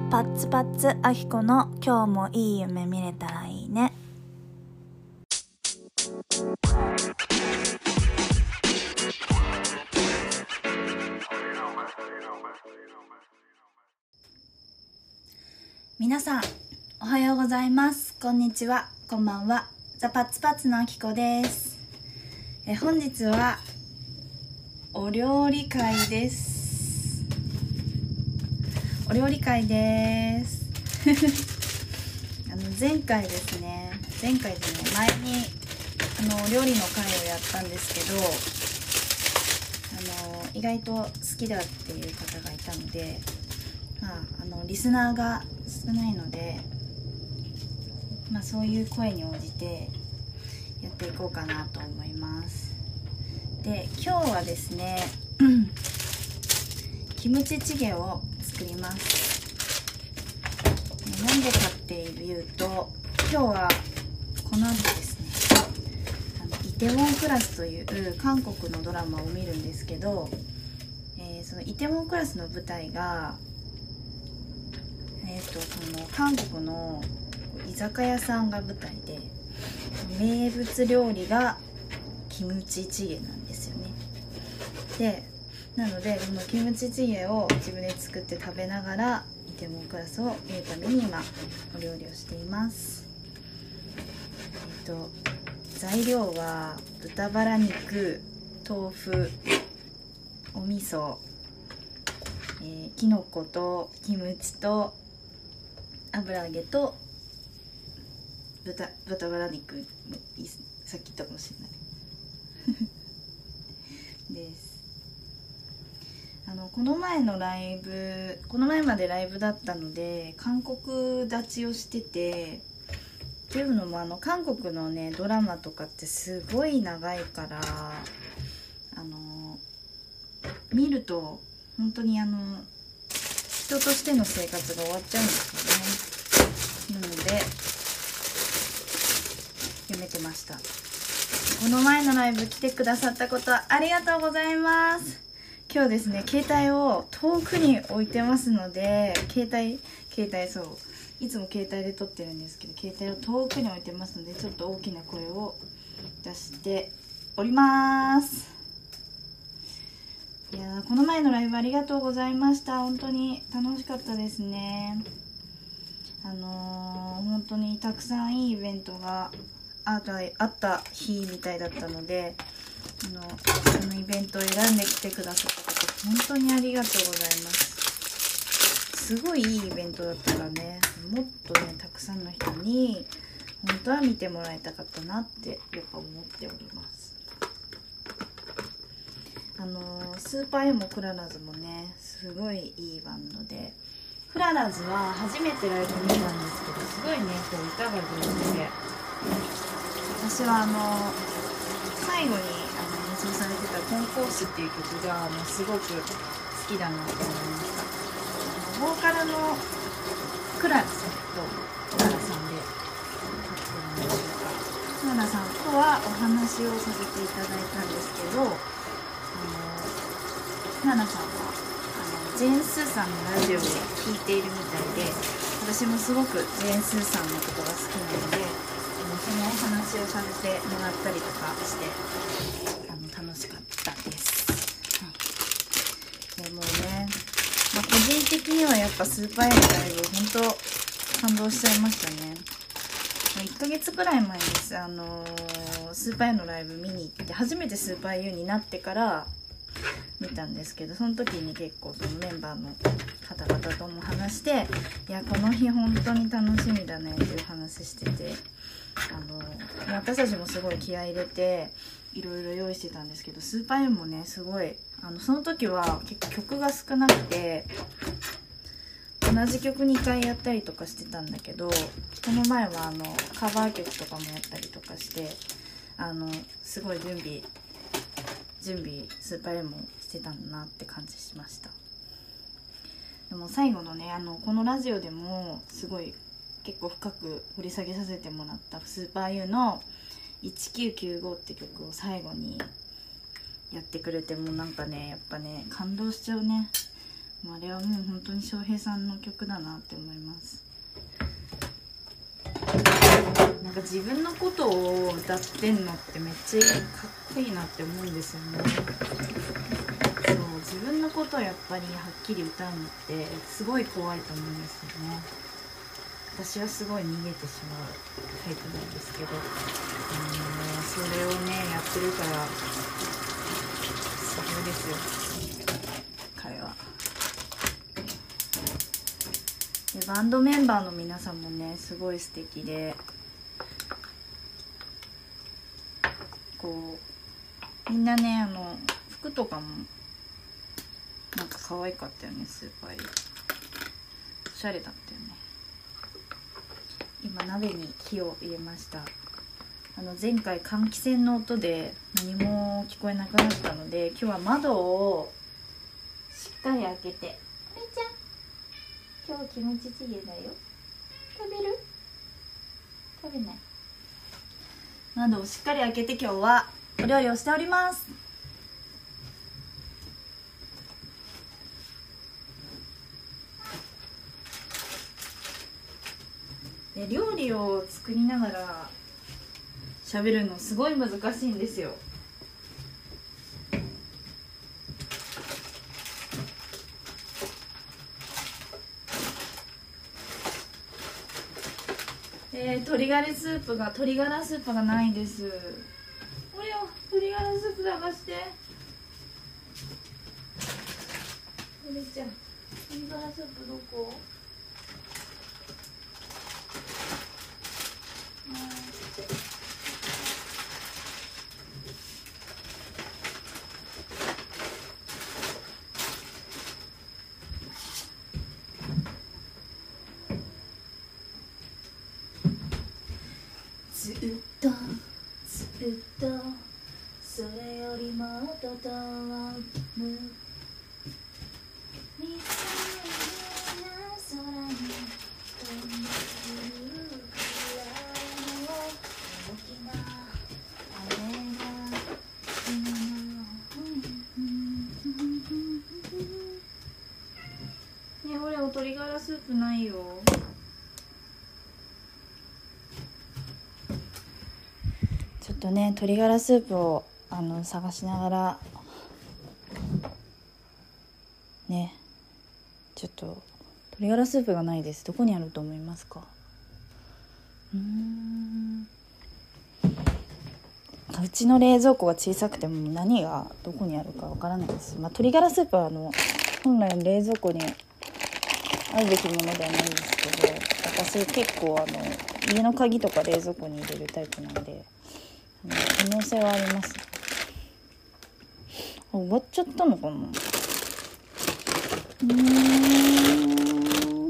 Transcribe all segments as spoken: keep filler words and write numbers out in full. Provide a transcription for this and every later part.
パッツパッツあきこの今日もいい夢見れたらいいね。皆さんおはようございます、こんにちは、こんばんは。ザ・パッツパッツのあきこです。え本日はお料理会です。お料理会ですあの前回ですね前回でね前にあのお料理の会をやったんですけど、あの意外と好きだっていう方がいたので、まあ、あのリスナーが少ないので、まあ、そういう声に応じてやっていこうかなと思います。で、今日はですねキムチチゲを作ります。なんでかっていうと、今日はこの後ですね、あのイテウォンクラスという韓国のドラマを見るんですけど、えー、そのイテウォンクラスの舞台が、えーと、その韓国の居酒屋さんが舞台で、名物料理がキムチチゲなんですよね。でなのでこのキムチチゲを自分で作って食べながらイテウォンクラスを見るために今お料理をしています。えっと材料は豚バラ肉、豆腐、お味噌、えー、きのことキムチと油揚げと 豚, 豚バラ肉、さっき言ったかもしれないです。あのこの前のライブこの前までライブだったので韓国立ちをしてて、っていうのもあの韓国のねドラマとかってすごい長いから、あの見ると本当にあの人としての生活が終わっちゃうんですよね。なので読めてました。この前のライブ来てくださったことありがとうございます。今日ですね、携帯を遠くに置いてますので、携帯、携帯そう、いつも携帯で撮ってるんですけど、携帯を遠くに置いてますので、ちょっと大きな声を出しております。いやー、この前のライブありがとうございました。本当に楽しかったですね。あのー、本当にたくさんいいイベントがあったあった日みたいだったので、あのそのイベントを選んできてくださったこと本当にありがとうございます。すごいいいイベントだったらね、もっとねたくさんの人に本当は見てもらいたかったなってやっぱ思っております。あのスーパーエモクララズもねすごいいいバンドで、クララズは初めてライブ見たんですけど、すごいねこう歌が上手で、私はあの最後にあの演奏されてたコンコースっていう曲がもうすごく好きだなと思いました。ボーカルのクララさんとクララさんで歌ってるんでしょうか。クララさんとはお話をさせていただいたんですけど、あのクララさんはあのジェーン・スーさんのラジオを聴いているみたいで、私もすごくジェーン・スーさんのことが好きなので、そのお話をさせてもらったりとかしてあの楽しかったです。はい、でもね、まあ、個人的にはやっぱスーパーエのライブ本当感動しちゃいましたね。いっかげつくらい前です、あのー、スーパーエのライブ見に行って、初めてスーパー U になってから見たんですけど、その時に結構そのメンバーの方々とも話して、いやこの日本当に楽しみだねっていう話してて、あの私たちもすごい気合い入れていろいろ用意してたんですけど、スーパー U もねすごいあのその時は結構曲が少なくて同じ曲にかいやったりとかしてたんだけど、この前はあのカバー曲とかもやったりとかして、あのすごい準備準備スーパー U もしてたんだなって感じしました。でも最後のねあのこのラジオでもすごい結構深く掘り下げさせてもらったスーパー U のいちきゅうきゅうごって曲を最後にやってくれて、もうなんかねやっぱね感動しちゃうね。 もうあれはもう本当に翔平さんの曲だなって思います。なんか自分のことを歌ってんのってめっちゃかっこいいなって思うんですよね。そう自分のことをやっぱりはっきり歌うのってすごい怖いと思うんですよね。私はすごい逃げてしまうタイプなんですけど、あのー、それをねやってるからすごいですよ彼は。でバンドメンバーの皆さんもねすごい素敵で、こうみんなねあの服とかもなんか可愛かったよね。スーパーよりおしゃれだったよね。今鍋に火を入れました。あの前回換気扇の音で何も聞こえなくなったので、今日は窓をしっかり開けて、お姉ちゃん今日キムチチゲだよ、食べる？食べない。窓をしっかり開けて今日はお料理をしております。で料理を作りながら喋るのすごい難しいんですよ。えー、鶏ガラスープが鶏ガラスープがないです。これを鶏ガラスープ探して。お姉ちゃん鶏ガラスープどこ？ずっとずっとそれよりもっと遠む見つめな空に飛んでくるくらいの大きな雨が今のね。俺お鶏ガラスープないよ。ちょっとね鶏ガラスープをあの探しながらね、ちょっと鶏ガラスープがないです。どこにあると思いますか？うーんうちの冷蔵庫が小さくても何がどこにあるかわからないです。まあ、鶏ガラスープはあの本来冷蔵庫にあるべきものではないんですけど、私結構あの家の鍵とか冷蔵庫に入れるタイプなんで可能性はあります。あ、終わっちゃったのかな。うーん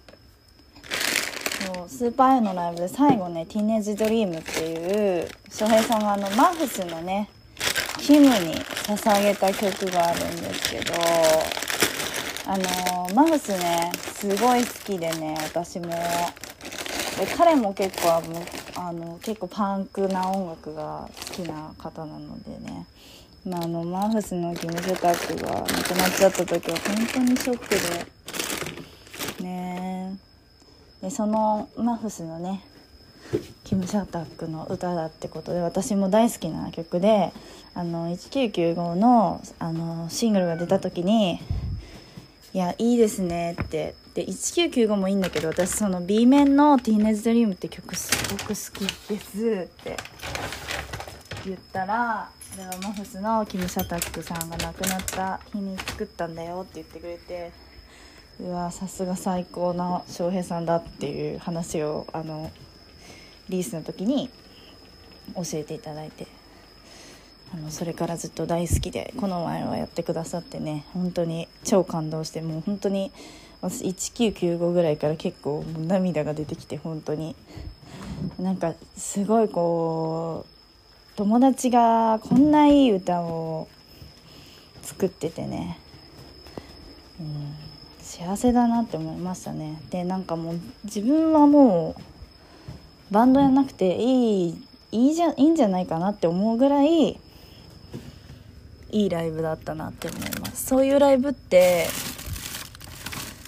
そうスーパーアイのライブで最後ねティーネージドリームっていう翔平さんがあのマフスのねキムに捧げた曲があるんですけど、あのマフスねすごい好きでね、私もで彼も結構あのあの結構パンクな音楽が好きな方なのでね、まあ、あのマフスのキム・ジェタックが亡くなっちゃった時は本当にショックでね。でそのマフスのねキム・ジェタックの歌だってことで私も大好きな曲で、あのせんきゅうひゃくきゅうじゅうご の, あのシングルが出た時にいやいいですねってでせんきゅうひゃくきゅうじゅうごもいいんだけど私その B 面のティーネージドリームって曲すごく好きですって言ったら、それはマフスのキム・シャタックさんが亡くなった日に作ったんだよって言ってくれて、うわさすが最高な翔平さんだっていう話をあのリースの時に教えていただいて、あのそれからずっと大好きでこの前はやってくださってね本当に超感動して、もう本当に私せんきゅうひゃくきゅうじゅうごぐらいから結構もう涙が出てきて、本当になんかすごいこう友達がこんないい歌を作っててね、うん、幸せだなって思いましたね。でなんかもう自分はもうバンドやなくていいいいじゃいいんじゃないかなって思うぐらいいいライブだったなって思います。そういうライブって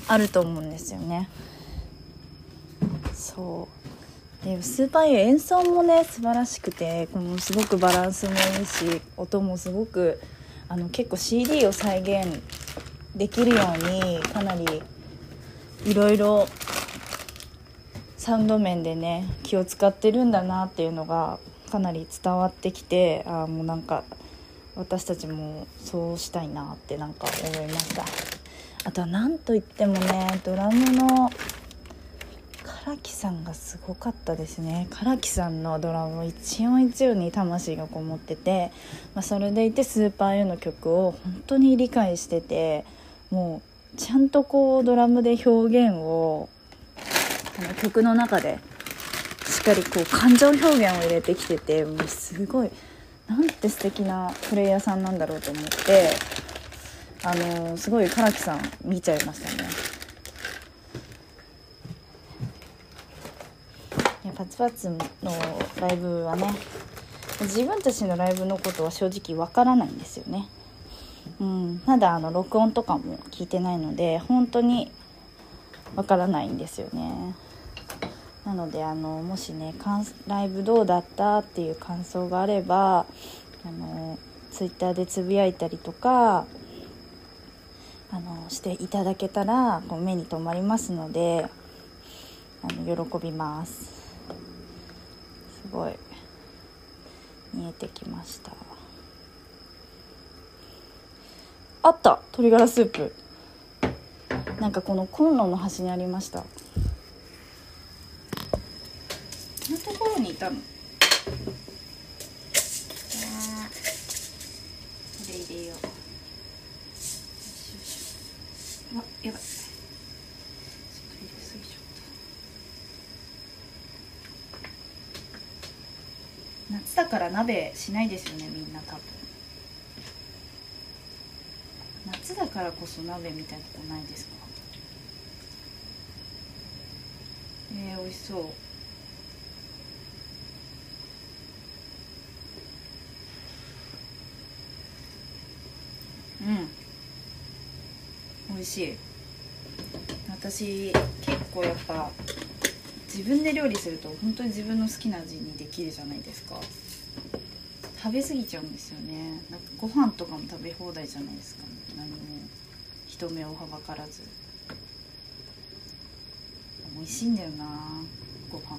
あると思うんですよね。そうでスーパー ユー 演奏もね素晴らしくて、このすごくバランスもいいし、音もすごくあの結構 シーディー を再現できるようにかなりいろいろサウンド面でね気を使ってるんだなっていうのがかなり伝わってきて、あもうなんか私たちもそうしたいなってなんか思いました。あとはなんといってもね、ドラムの唐木さんがすごかったですね。唐木さんのドラム一音一音に魂がこもってて、まあ、それでいてスーパー ユー の曲を本当に理解してて、もうちゃんとこうドラムで表現をあの曲の中でしっかりこう感情表現を入れてきてて、もうすごいなんて素敵なプレイヤーさんなんだろうと思って、あのすごい唐木さん見ちゃいましたね。いやパツパツのライブはね、自分たちのライブのことは正直わからないんですよね。うん、ただあの録音とかも聞いてないので本当にわからないんですよね。なのであのもしねライブどうだったっていう感想があれば、あのツイッターでつぶやいたりとかあのしていただけたらこう目に留まりますので、あの喜びます。すごい見えてきました。あった、鶏ガラスープ、なんかこのコンロの端にありました。このところにいたの。あー、これ入れよう。よしよし。あ、やばい。ちょっと入れすぎちゃった。夏だから鍋しないですよね、みんな多分。夏だからこそ鍋みたいなことないですか？えー、美味しそう。うん、美味しい。私結構やっぱ自分で料理すると本当に自分の好きな味にできるじゃないですか。食べ過ぎちゃうんですよね。なんかご飯とかも食べ放題じゃないですか、ね、何も人目をはばからず。美味しいんだよなご飯。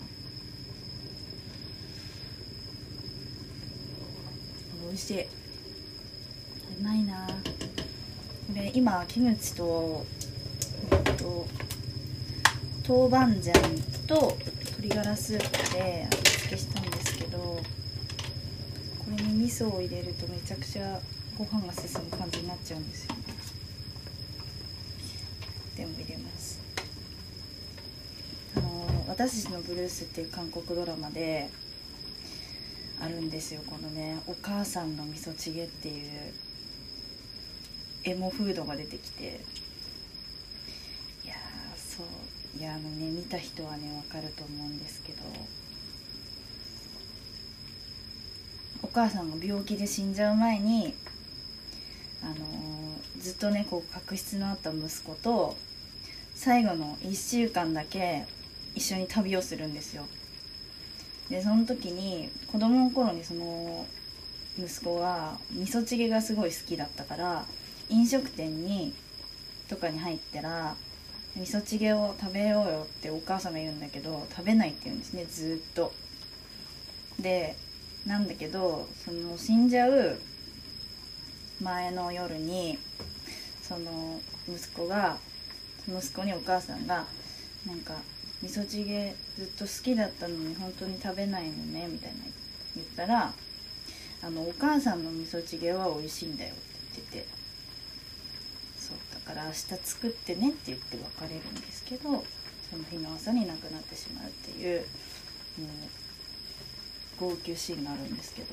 美味しい。うまいな。これ今キムチと、えっと、豆板醤と鶏ガラスープで味付けしたんですけど、これに味噌を入れるとめちゃくちゃご飯が進む感じになっちゃうんですよね。でも入れます。あの私たちのブルースっていう韓国ドラマであるんですよ、このねお母さんの味噌チゲっていうエモフードが出てきて、いやーそういやあのね見た人はねわかると思うんですけど、お母さんが病気で死んじゃう前に、あのー、ずっとねこう確執のあった息子と最後のいっしゅうかんだけ一緒に旅をするんですよ。でその時に子供の頃にその息子は味噌チゲがすごい好きだったから、飲食店にとかに入ったら味噌チゲを食べようよってお母さんが言うんだけど、食べないって言うんですね、ずっと。でなんだけどその死んじゃう前の夜にその息子が息子にお母さんがなんか味噌チゲずっと好きだったのに本当に食べないのねみたいな言ったら、あのお母さんの味噌チゲは美味しいんだよって言ってて、そうだから明日作ってねって言って別れるんですけど、その日の朝に亡くなってしまうっていうもう号泣シーンがあるんですけど、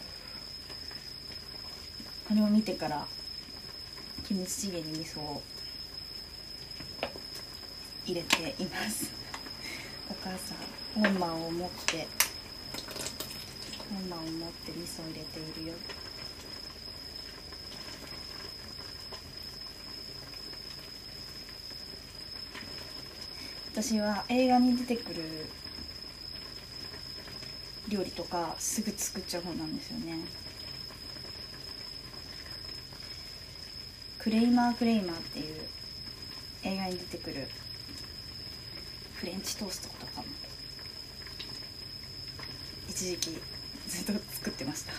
これを見てからキムチチゲに味噌を入れています。お母さん本番を持って本番を持って味噌を入れているよ。 私は映画に出てくる料理とかすぐ作っちゃう方なんですよね。クレイマークレイマーっていう映画に出てくるフレンチトーストとかも一時期ずっと作ってました。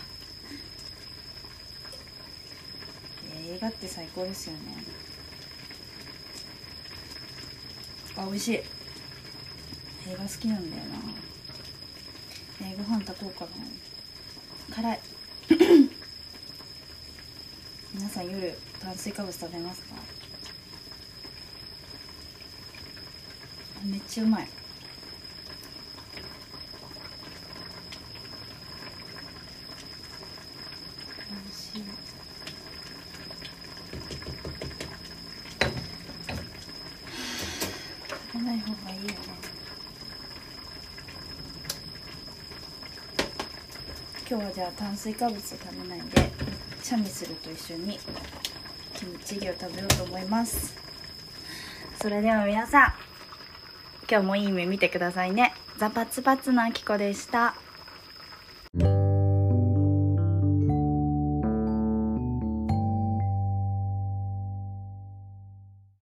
映画って最高ですよね。あ、美味しい。映画好きなんだよな。えー、ご飯炊こうかな。辛い皆さん夜炭水化物食べますか？めっちゃうまい。美味しい。食べない方がいいよね。今日はじゃあ炭水化物を食べないでチャミスルと一緒にキムチゲを食べようと思います。それでは皆さん、今日もいい夢見てくださいね。ザパツパツのあきこでした。